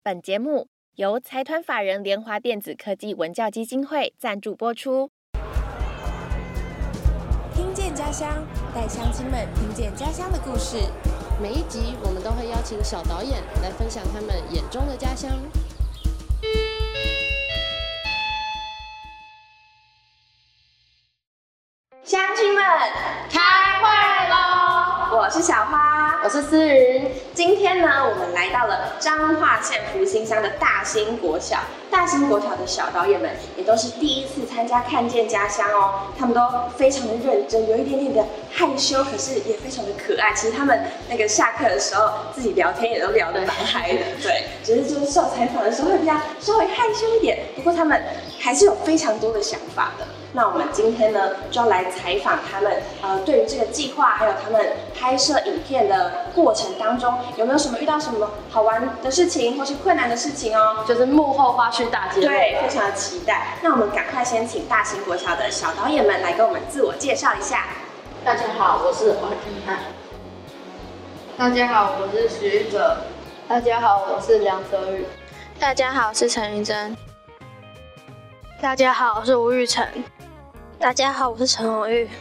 本节目由财团法人联华电子科技文教基金会赞助播出。 听见家乡，带乡亲们听见家乡的故事。 每一集我们都会邀请小导演来分享他们眼中的家乡。 乡亲们，开会喽！我是小花， 我是思云。 今天呢，我们来到了彰化县福兴乡的大兴国小。大兴国小的小导演们也都是第一次参加看见家乡哦，他们都非常的认真，有一点点的害羞，可是也非常的可爱。其实他们那个下课的时候自己聊天也都聊得蛮嗨的，对，只是就是受采访的时候会比较稍微害羞一点，不过他们还是有非常多的想法的。那我们今天呢，就要来采访他们，对于这个计划，还有他们拍摄影片的过程当中，有没有什么遇到什么好玩的事情，或是困难的事情哦？ 就是幕后花絮大揭露。 对，非常的期待。那我们赶快先请大兴国小的小导演们来跟我们自我介绍一下。 大家好，我是黄俊汉。大家好，我是徐玉哲。大家好，我是梁泽宇。 大家好，我是陈玉珍。大家好，我是吴玉成。大家好，我是陈宏玉。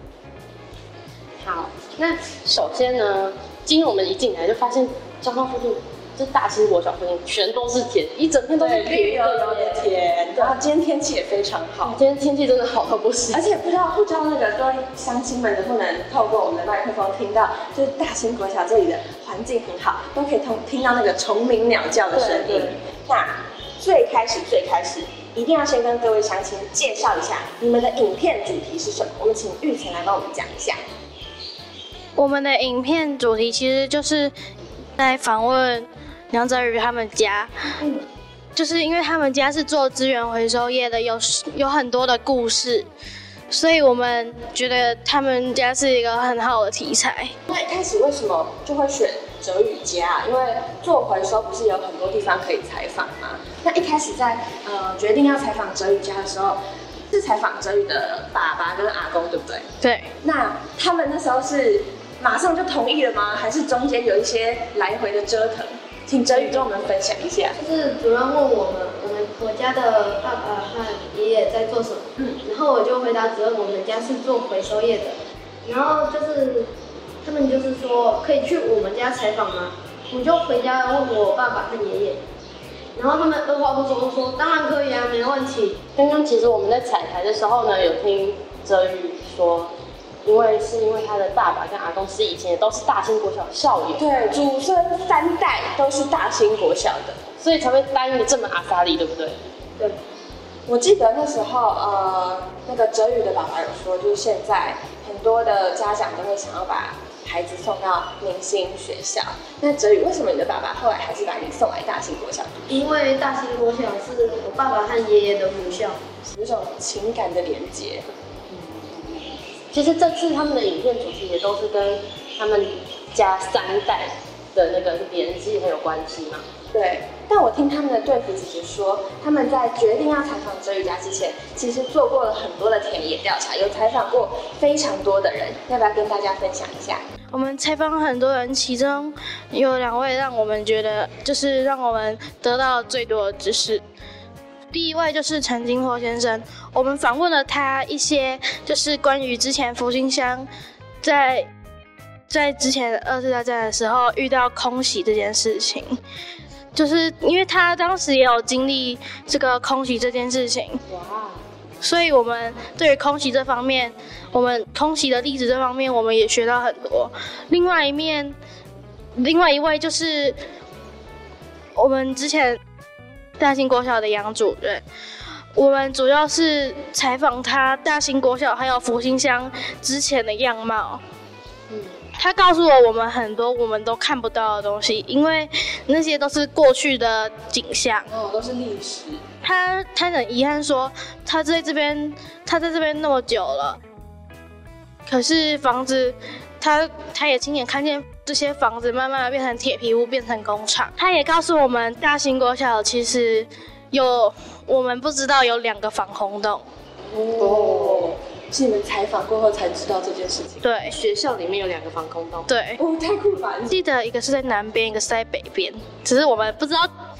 好，那首先呢，今天我们一进来就发现彰化附近，这大兴国小附近全都是田，一整片都是绿油油的田。然后今天天气也非常好， 今天天气真的好到不行。 而且不知道那个各位乡亲们能不能透过我们的麦克风听到，就是大兴国小这里的环境很好，都可以听到那个虫鸣鸟叫的声音。那最开始。一定要先跟各位乡亲介绍一下你们的影片主题是什么。我们请玉成来帮我们讲一下。 我们的影片主题其实就是在访问梁泽宇他们家，就是因为他们家是做资源回收业的，有很多的故事，所以我们觉得他们家是一个很好的题材。 那一开始为什么就会选哲宇家？因为做回收不是有很多地方可以采访吗？那一开始在决定要采访哲宇家的时候，是采访哲宇的爸爸跟阿公，对不对？ 对。 那他们那时候是马上就同意了吗？还是中间有一些来回的折腾？请哲宇跟我们分享一下。 就是主任问我家的爸爸和爷爷在做什么，然后我就回答主任我们家是做回收业的，然后就是他们就是说可以去我们家采访吗？我就回家问我爸爸和爷爷。然后他们二话不说说当然可以啊，没问题。 刚刚其实我们在彩排的时候呢，有听哲宇说，因为他的爸爸跟阿公是以前也都是大兴国小的校友， 对，祖孙3代都是大兴国小的， 所以才会答应的这么阿萨利，对不对？ 对。 我记得那时候，那个哲宇的爸爸有说，就是现在很多的家长都会想要把孩子送到明星学校。那哲宇，为什么你的爸爸后来还是把你送来大兴国小？ 因为大兴国小是我爸爸和爷爷的母校， 有一种情感的连结。 其实这次他们的影片主题也都是跟他们家3代的那个联系很有关系嘛。 对，但我听他们的队服姐姐说，他们在决定要采访哲宇家之前，其实做过了很多的田野调查，有采访过非常多的人，要不要跟大家分享一下？ 我们采访很多人，其中有2位让我们觉得就是让我们得到最多的知识。第一位就是陈金火先生，我们访问了他一些就是关于之前福兴乡在之前2次大战的时候遇到空袭这件事情，就是因为他当时也有经历这个空袭这件事情，所以我们对于空袭这方面，我们空袭的历史这方面，我们也学到很多。另外一位就是我们之前大兴国小的杨主任，我们主要是采访他大兴国小还有福兴乡之前的样貌。他告诉了我们很多我们都看不到的东西，因为那些都是过去的景象， 都是历史。 他很遗憾说，他在这边那么久了，可是房子，他也亲眼看见这些房子慢慢的变成铁皮屋，变成工厂。他也告诉我们，大兴国小其实我们不知道有2个防空洞。 是你们采访过后才知道这件事情。 对， 学校里面有2个防空洞。 对， 太酷了吧！ 记得一个是在南边，一个是在北边，只是我们不知道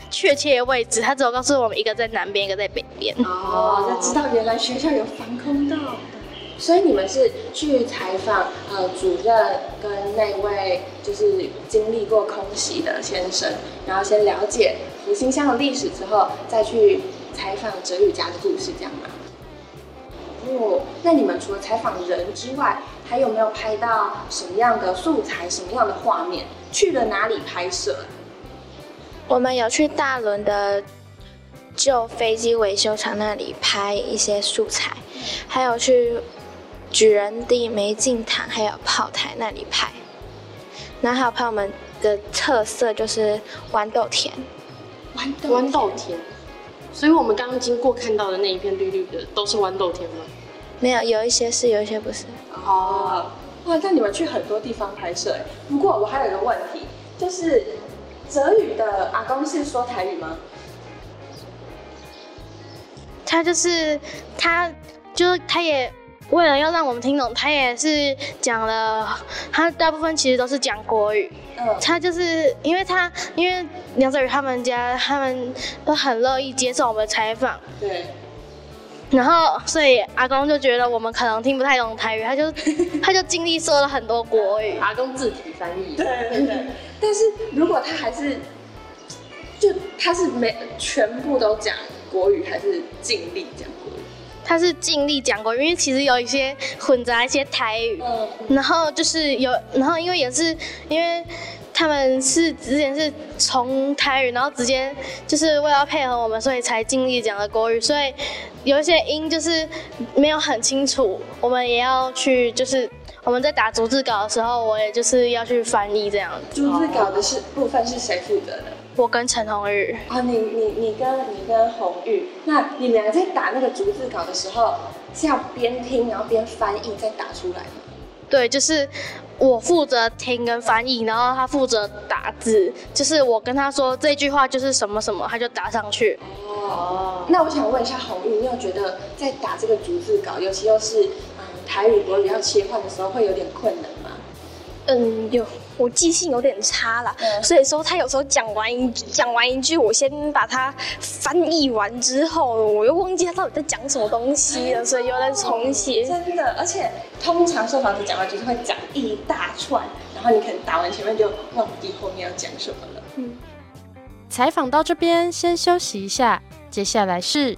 确切的位置，他只有告诉我们一个在南边，一个在北边。 哦，那知道原来学校有防空洞。所以你们是去采访主任跟那位就是经历过空袭的先生，然后先了解福兴乡的历史之后，再去采访哲宇家的故事，这样吗？哦，那你们除了采访人之外，还有没有拍到什么样的素材、什么样的画面？去了哪里拍摄？ 我们有去大轮的旧飞机维修厂那里拍一些素材，还有去举人地、梅敬堂还有炮台那里拍，然后还有拍我们的特色就是豌豆田。 豌豆田，所以我们刚刚经过看到的那一片绿绿的都是豌豆田吗？ 没有，有一些是，有一些不是。 哦，哇，那你们去很多地方拍摄哎。不过我还有一个问题，就是哲宇的阿公是说台语吗？ 他也为了要让我们听懂，他也是讲了，他大部分其实都是讲国语。他就是因为梁哲宇他们家都很乐意接受我们的采访。 对。 然后，所以阿公就觉得我们可能听不太懂台语，他就尽力说了很多国语。 阿公自体翻译。 对。但是如果他是没全部都讲国语，还是尽力讲国语？ 他是尽力讲国语，因为其实有一些混杂一些台语，然后因为他们之前是从台语，然后直接就是为了配合我们，所以才尽力讲了国语，所以有一些音就是没有很清楚，我们也要去就是我们在打逐字稿的时候，我也就是要去翻译这样子。 逐字稿的部分是谁负责的？ 我跟陈宏宇。 啊，你跟宏宇，那你们两个在打那个逐字稿的时候，是要边听然后边翻译再打出来吗？ 对，就是我负责听跟翻译，然后他负责打字，就是我跟他说这句话就是什么什么，他就打上去。 哦，那我想问一下宏宇，你有觉得在打这个逐字稿，尤其又是台语国语要切换的时候，会有点困难吗？ 有，我记性有点差啦，所以说他有时候讲完一句，我先把它翻译完之后，我又忘记他到底在讲什么东西了，所以又在重写。 真的，而且通常受访者讲话就是会讲一大串，然后你可能打完前面就忘记后面要讲什么了。 采访到这边先休息一下，接下来是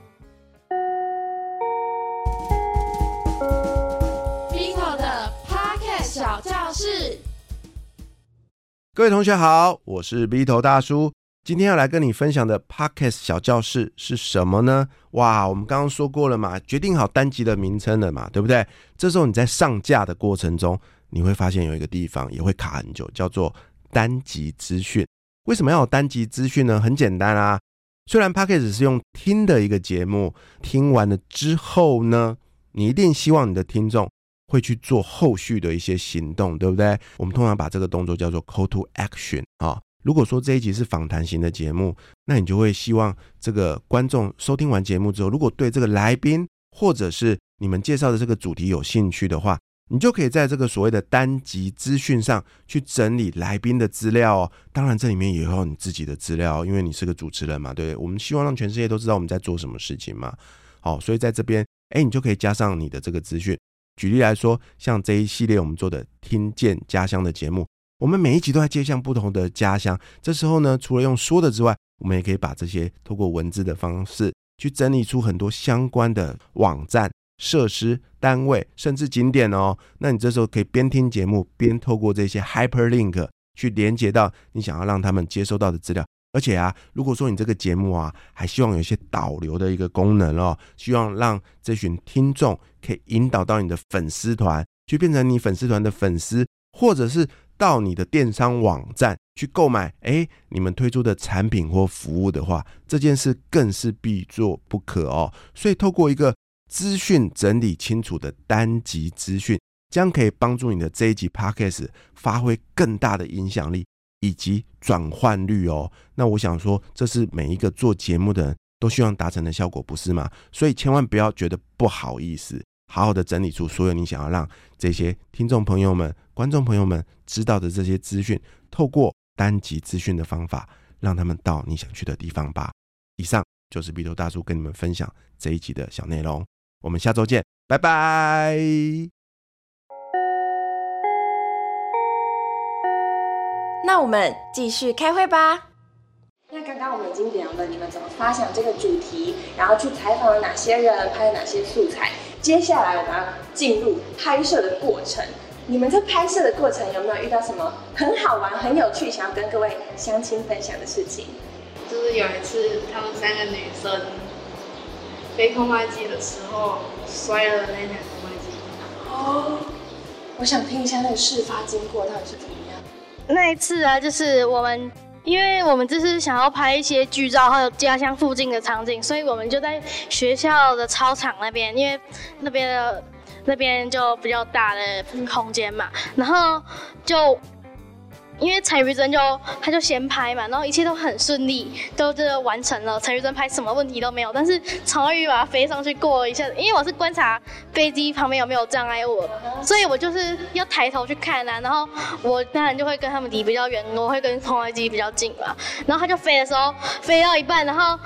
小教室， 各位同学好，我是 B 头大叔。今天要来跟你分享的 Podcast 小教室是什么呢？哇，我们刚刚说过了嘛，决定好单集的名称了嘛，对不对？这时候你在上架的过程中，你会发现有一个地方也会卡很久，叫做单集资讯。为什么要有单集资讯呢？很简单啊，虽然 Podcast 是用听的一个节目，听完了之后呢，你一定希望你的听众会去做后续的一些行动，对不对？我们通常把这个动作叫做 call to action 如果说这一集是访谈型的节目，那你就会希望这个观众收听完节目之后，如果对这个来宾或者是你们介绍的这个主题有兴趣的话，你就可以在这个所谓的单集资讯上去整理来宾的资料哦。当然这里面也有你自己的资料，因为你是个主持人嘛，对不对？我们希望让全世界都知道我们在做什么事情嘛。所以在这边你就可以加上你的这个资讯。举例来说，像这一系列我们做的听见家乡的节目，我们每一集都在接向不同的家乡，这时候呢，除了用说的之外，我们也可以把这些透过文字的方式去整理出很多相关的网站、设施、单位甚至景点哦。那你这时候可以边听节目边透过这些 hyperlink 去连接到你想要让他们接收到的资料。而且如果说你这个节目还希望有一些导流的一个功能哦，希望让这群听众可以引导到你的粉丝团，去变成你粉丝团的粉丝，或者是到你的电商网站去购买你们推出的产品或服务的话，这件事更是必做不可哦。所以透过一个资讯整理清楚的单集资讯，将可以帮助你的这一集 Podcast 发挥更大的影响力以及转换率哦。那我想说，这是每一个做节目的人都希望达成的效果，不是吗？所以千万不要觉得不好意思，好好的整理出所有你想要让这些听众朋友们、观众朋友们知道的这些资讯，透过单集资讯的方法让他们到你想去的地方吧。以上就是鼻头大叔跟你们分享这一集的小内容，我们下周见，拜拜。 那我们继续开会吧。 那刚刚我们已经聊了你们怎么发想这个主题，然后去采访了哪些人，拍了哪些素材。接下来我们要进入拍摄的过程。你们在拍摄的过程有没有遇到什么很好玩、很有趣，想要跟各位乡亲分享的事情？ 就是有一次，她们3个女生飞空拍机的时候摔了那台空拍机。 哦，我想听一下那个事发经过到底是怎么样。 那一次啊，就是因为我们这是想要拍一些剧照，还有家乡附近的场景，所以我们就在学校的操场那边，因为那边就比较大的空间嘛，然后就因为陈玉珍他就先拍嘛，然后一切都很顺利，都完成了。陈玉珍拍什么问题都没有，但是曹玉把它飞上去过一下，因为我是观察飞机旁边有没有障碍物，所以我就是要抬头去看啊。然后我当然就会跟他们离比较远，我会跟空拍机比较近嘛。然后他就飞的时候飞到一半，然后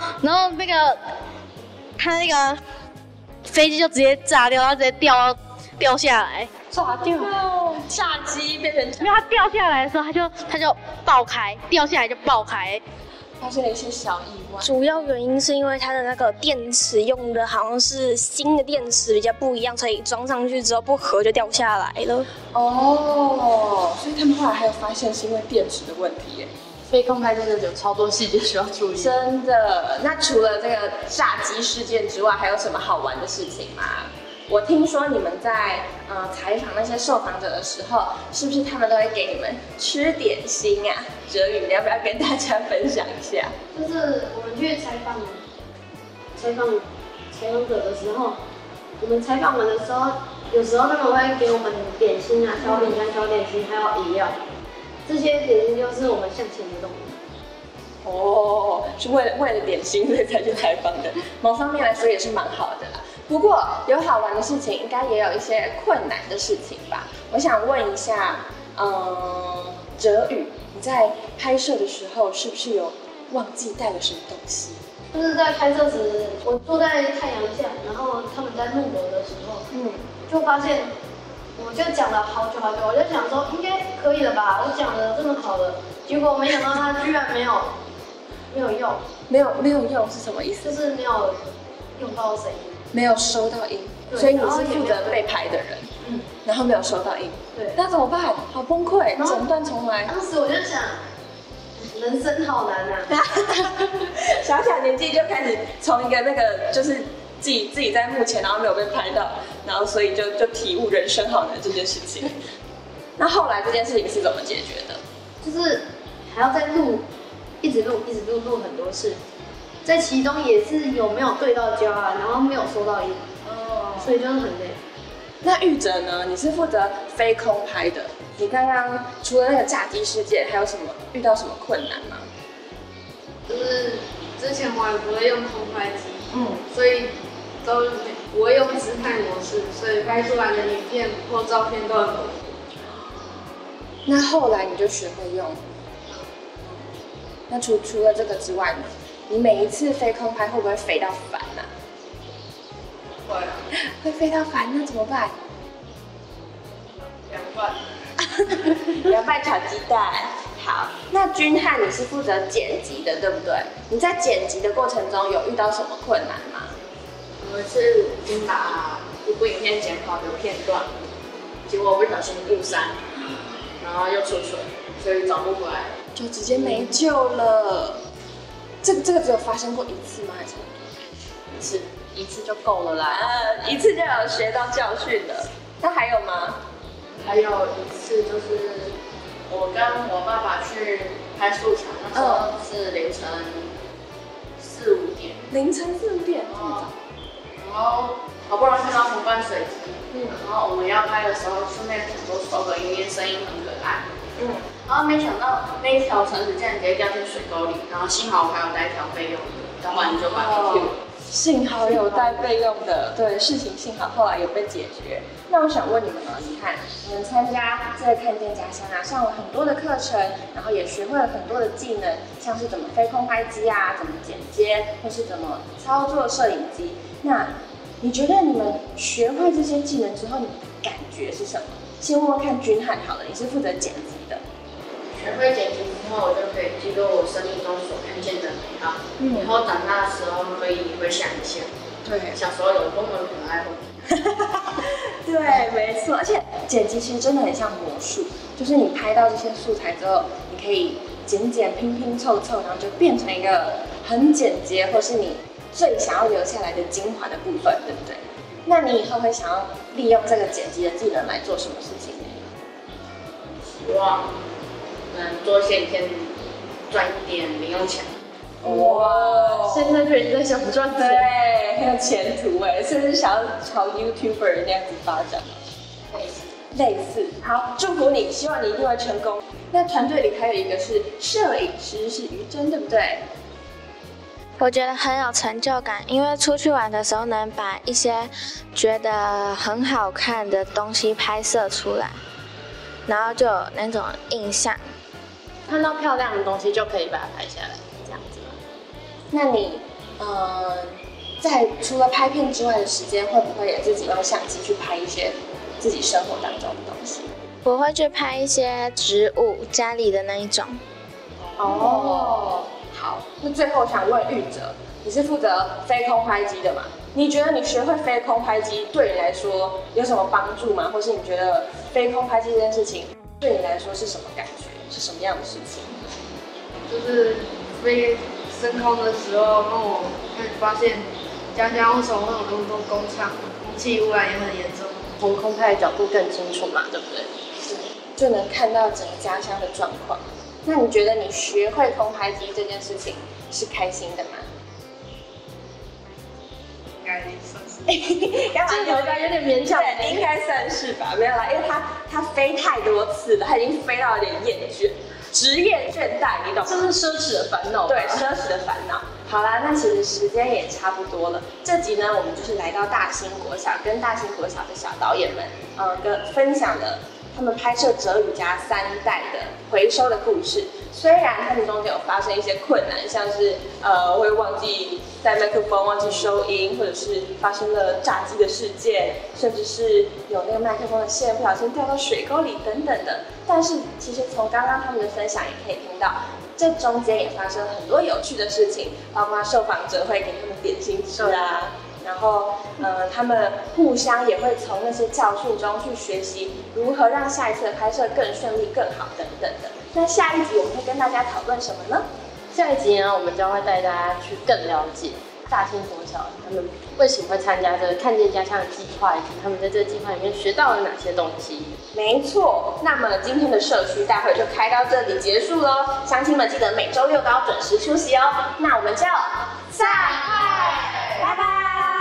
他那个飞机就直接炸掉，然后直接掉下来。 炸掉，炸机变成没有，它掉下来的时候，它就爆开，掉下来就爆开， 发生了一些小意外。 主要原因是因为它的那个电池用的好像是新的电池，比较不一样，所以装上去之后不合就掉下来了。 哦，所以他们后来还有发现是因为电池的问题耶。 飞空拍真的有超多细节需要注意。 真的，那除了这个炸机事件之外，还有什么好玩的事情吗？我听说你们在采访那些受访者的时候，是不是他们都会给你们吃点心啊？哲宇，你要不要跟大家分享一下？ 就是我们去采访者的时候，我们采访完的时候，有时候他们会给我们点心啊，小饼干、小点心，还有饮料。这些点心就是我们向前的动力。 哦，是为了点心所以才去采访的，某方面来说也是蛮好的啦。不过有好玩的事情，应该也有一些困难的事情吧？我想问一下，哲宇，你在拍摄的时候是不是有忘记带了什么东西？ 就是在拍摄时，我坐在太阳下，然后他们在录我的时候，就发现，我就讲了好久，我就想说应该可以了吧，我讲的这么好了，结果没想到他居然没有用，没有用是什么意思？就是没有用到声音。没有收到音，所以你是负责被拍的人，然后没有收到音，对，那怎么办？好崩溃，整段重来。当时我就想，人生好难啊！小年纪就开始从一个那个就是自己在幕前，然后没有被拍到，然后所以就体悟人生好难这件事情。那后来这件事情是怎么解决的？就是还要再录，一直录很多次。在其中也是有没有对到焦啊，然后没有收到音，所以就是很累。那玉哲呢？你是负责飞空拍的，你刚刚除了那个炸机事件，还有什么遇到什么困难吗？ 就是之前我也不会用空拍机，所以都不会用自拍模式，所以拍出来的影片或照片都很模糊。那后来你就学会用。那除了这个之外呢？你每一次飞空拍会不会飞到烦啊？会啊，会飞到烦，那怎么办？凉拌炒鸡蛋。好，那君翰你是负责剪辑的，对不对？你在剪辑的过程中有遇到什么困难吗？ 我是先把一部影片剪好的片段，结果我不小心误删，然后又出水，所以找不回来， 就直接没救了。这个只有发生过一次吗？还是一次就够了啦。 一次就有学到教训了。那还有吗？ 还有一次就是我跟我爸爸去拍素材，那时候是凌晨4、5点。 凌晨4、5点，这么早。 然后好不容易看到红斑水鸡，然后我们要拍的时候顺便想说收个音，因为声音很可爱。然后没想到那一条绳子竟然直接掉进水沟里，然后幸好我还有带一条备用的，要不然就把它 Q 了。 幸好有带备用的，对，事情幸好后来有被解决。那我想问你们啊，你看你们参加这个看见家乡啊，上了很多的课程，然后也学会了很多的技能，像是怎么飞空拍机啊，怎么剪接，或是怎么操作摄影机。那你觉得你们学会这些技能之后，你的感觉是什么？先问问看君翰好了，你是负责剪辑的。 学会剪辑之后，我就可以记录我生命中所看见的美好。以后长大的时候可以回想一下，对，小时候有多么可爱。 对，没错，而且剪辑其实真的很像魔术，就是你拍到这些素材之后，你可以剪拼拼凑凑，然后就变成一个很简洁，或是你最想要留下来的精华的部分，对不对？那你以后会想要利用这个剪辑的技能来做什么事情呢？ 希望能做些影片，赚一点零用钱。 哇， 现在就已经在想赚钱， 对，很有前途哎，甚至想要朝 YouTuber 那样子发展。类似，好，祝福你，希望你一定会成功。那团队里还有一个是摄影师，是于真，对不对？ 我觉得很有成就感，因为出去玩的时候能把一些觉得很好看的东西拍摄出来，然后就有那种印象。 看到漂亮的东西就可以把它拍下来，这样子。 那你，在除了拍片之外的时间，会不会也自己用相机去拍一些自己生活当中的东西？ 我会去拍一些植物，家里的那一种。 哦，好，那最后想问玉哲，你是负责飞空拍机的嘛？你觉得你学会飞空拍机对你来说有什么帮助吗？或是你觉得飞空拍机这件事情对你来说是什么感觉？是什么样的事情？ 就是飞升空的时候，让我发现家乡为什么会有那么多工厂，空气污染也很严重。 从空拍的角度更清楚嘛，对不对？ 是，就能看到整个家乡的状况。那你觉得你学会空拍机这件事情是开心的吗？ 应该算是。 干嘛？ 这个回答有点勉强。 对，应该算是吧，没有啦，因为他飞太多次了，他已经飞到有点厌倦，职业倦怠，你懂吗？ 这是奢侈的烦恼。 对，奢侈的烦恼。好啦，那其实时间也差不多了。这集呢，我们就是来到大兴国小，跟大兴国小的小导演们，分享了他们拍摄哲宇家3代的回收的故事。虽然他们中间有发生一些困难，像是会忘记带麦克风、忘记收音，或者是发生了炸机的事件，甚至是有那个麦克风的线不小心掉到水沟里等等的。但是其实从刚刚他们的分享也可以听到，这中间也发生了很多有趣的事情，包括受访者会给他们点心吃啊。然后，他们互相也会从那些教训中去学习如何让下一次的拍摄更顺利、更好等等的。那下一集我们会跟大家讨论什么呢？ 下一集呢，我们将会带大家去更了解大兴国小他们为什么会参加这个看见家乡的计划，以及他们在这个计划里面学到了哪些东西。 没错，那么今天的社区大会就开到这里结束喽。乡亲们记得每周6都要准时出席哦。那我们就散会，拜拜。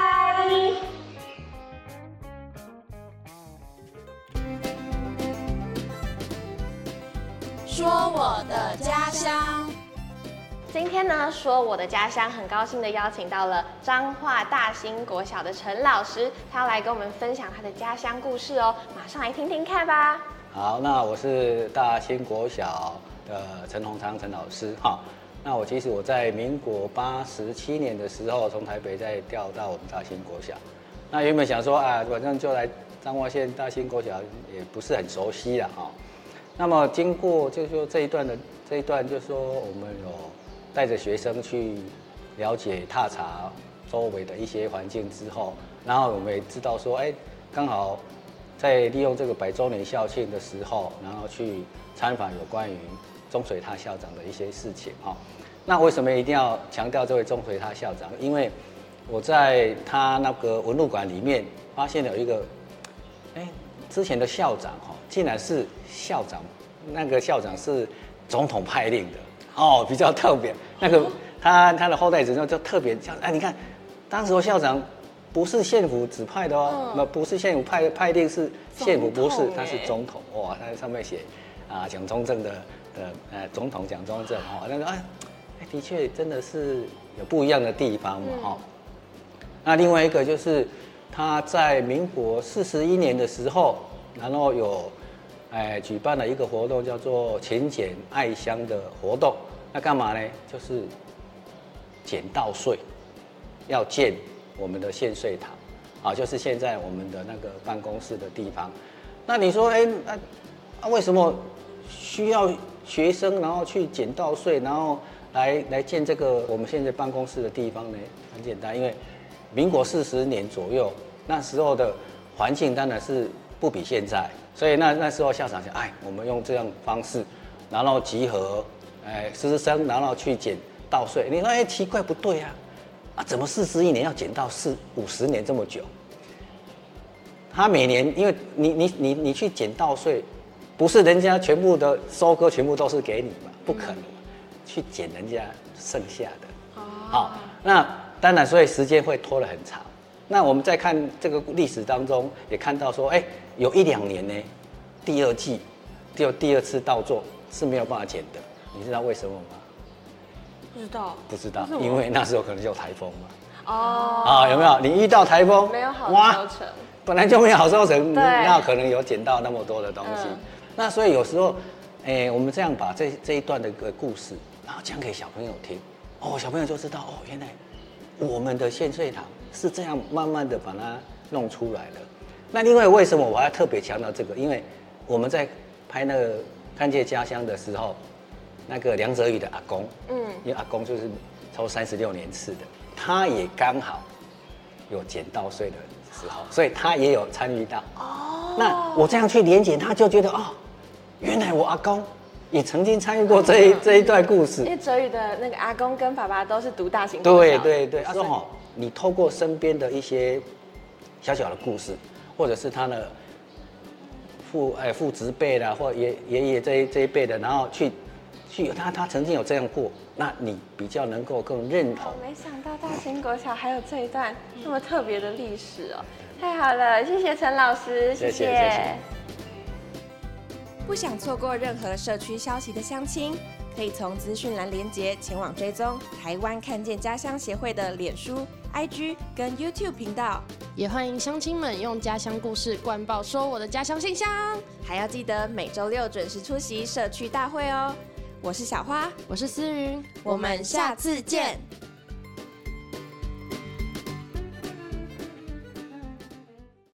说我的家乡。 今天呢，说我的家乡，很高兴的邀请到了彰化大兴国小的陈老师，他要来跟我们分享他的家乡故事哦，马上来听听看吧。 好，那我是大兴国小的陈鸿昌陈老师哈。那其实我在民国87年的时候，从台北再调到我们大兴国小。那原本想说啊，反正就来彰化县大兴国小，也不是很熟悉啦哈。那么经过就这一段，就是说我们有带着学生去了解踏查周围的一些环境之后，然后我们也知道说，刚好在利用这个100周年校庆的时候，然后去参访有关于钟水塔校长的一些事情哈。那为什么一定要强调这位钟水塔校长？因为我在他那个文物馆里面发现了一个，之前的校长竟然是校长，那个校长是总统派令的哦，比较特别。那个他的后代子就特别你看，当时的校长不是县府指派的哦，不是县府派令，是县府不是，他是总统哇，他在上面写蒋中正的总统蒋中正那个的确真的是有不一样的地方嘛那另外一个就是他在民国41年的时候，然后有举办了一个活动，叫做勤俭爱乡的活动。那干嘛呢？就是减稻税，要建我们的县税堂，啊，就是现在我们的那个办公室的地方。那你说，为什么需要学生然后去减稻税，然后来建这个我们现在办公室的地方呢？很简单，因为民国40年左右，那时候的环境当然是不比现在，所以那时候校长想，我们用这样方式，然后集合师生，然后去减稻税。你说，奇怪，不对啊，怎么41年要减到50年这么久？他每年，因为你去减稻税，不是人家全部的收割全部都是给你嘛，不可能，去减人家剩下的。好，那当然，所以时间会拖得很长。那我们在看这个历史当中，也看到说，有1-2年呢，第二季就第二次稻作是没有办法减的，你知道为什么吗？不知道，因为那时候可能就有台风嘛。有没有？你遇到台风， 没有好收成， 本来就没有好收成，那可能有捡到那么多的东西。那所以有时候，我们这样把这一段的一个故事，然后讲给小朋友听，小朋友就知道，原来我们的县税堂是这样慢慢的把它弄出来的。那另外为什么我还要特别强调这个？因为我们在拍那个《看见家乡》的时候，那个梁泽宇的阿公，因为阿公就是抽36年次的，他也刚好有减稻税的时候，所以他也有参与到。那我这样去连结，他就觉得原来我阿公也曾经参与过这一段故事。 因为哲宇的那个阿公跟爸爸都是读大型国小。 对，说你透过身边的一些小小的故事，或者是他的父执辈的，或爷爷这一辈的，然后去他曾经有这样过，那你比较能够更认同。 没想到大型国小还有这一段这么特别的历史哦，太好了，谢谢陈老师，谢谢。 不想错过任何社区消息的乡亲，可以从资讯栏连结前往追踪台湾看见家乡协会的脸书、IG 跟 YouTube 频道， 也欢迎乡亲们用家乡故事灌爆说我的家乡信箱， 还要记得每周6准时出席社区大会哦。我是小花， 我是思云， 我们下次见。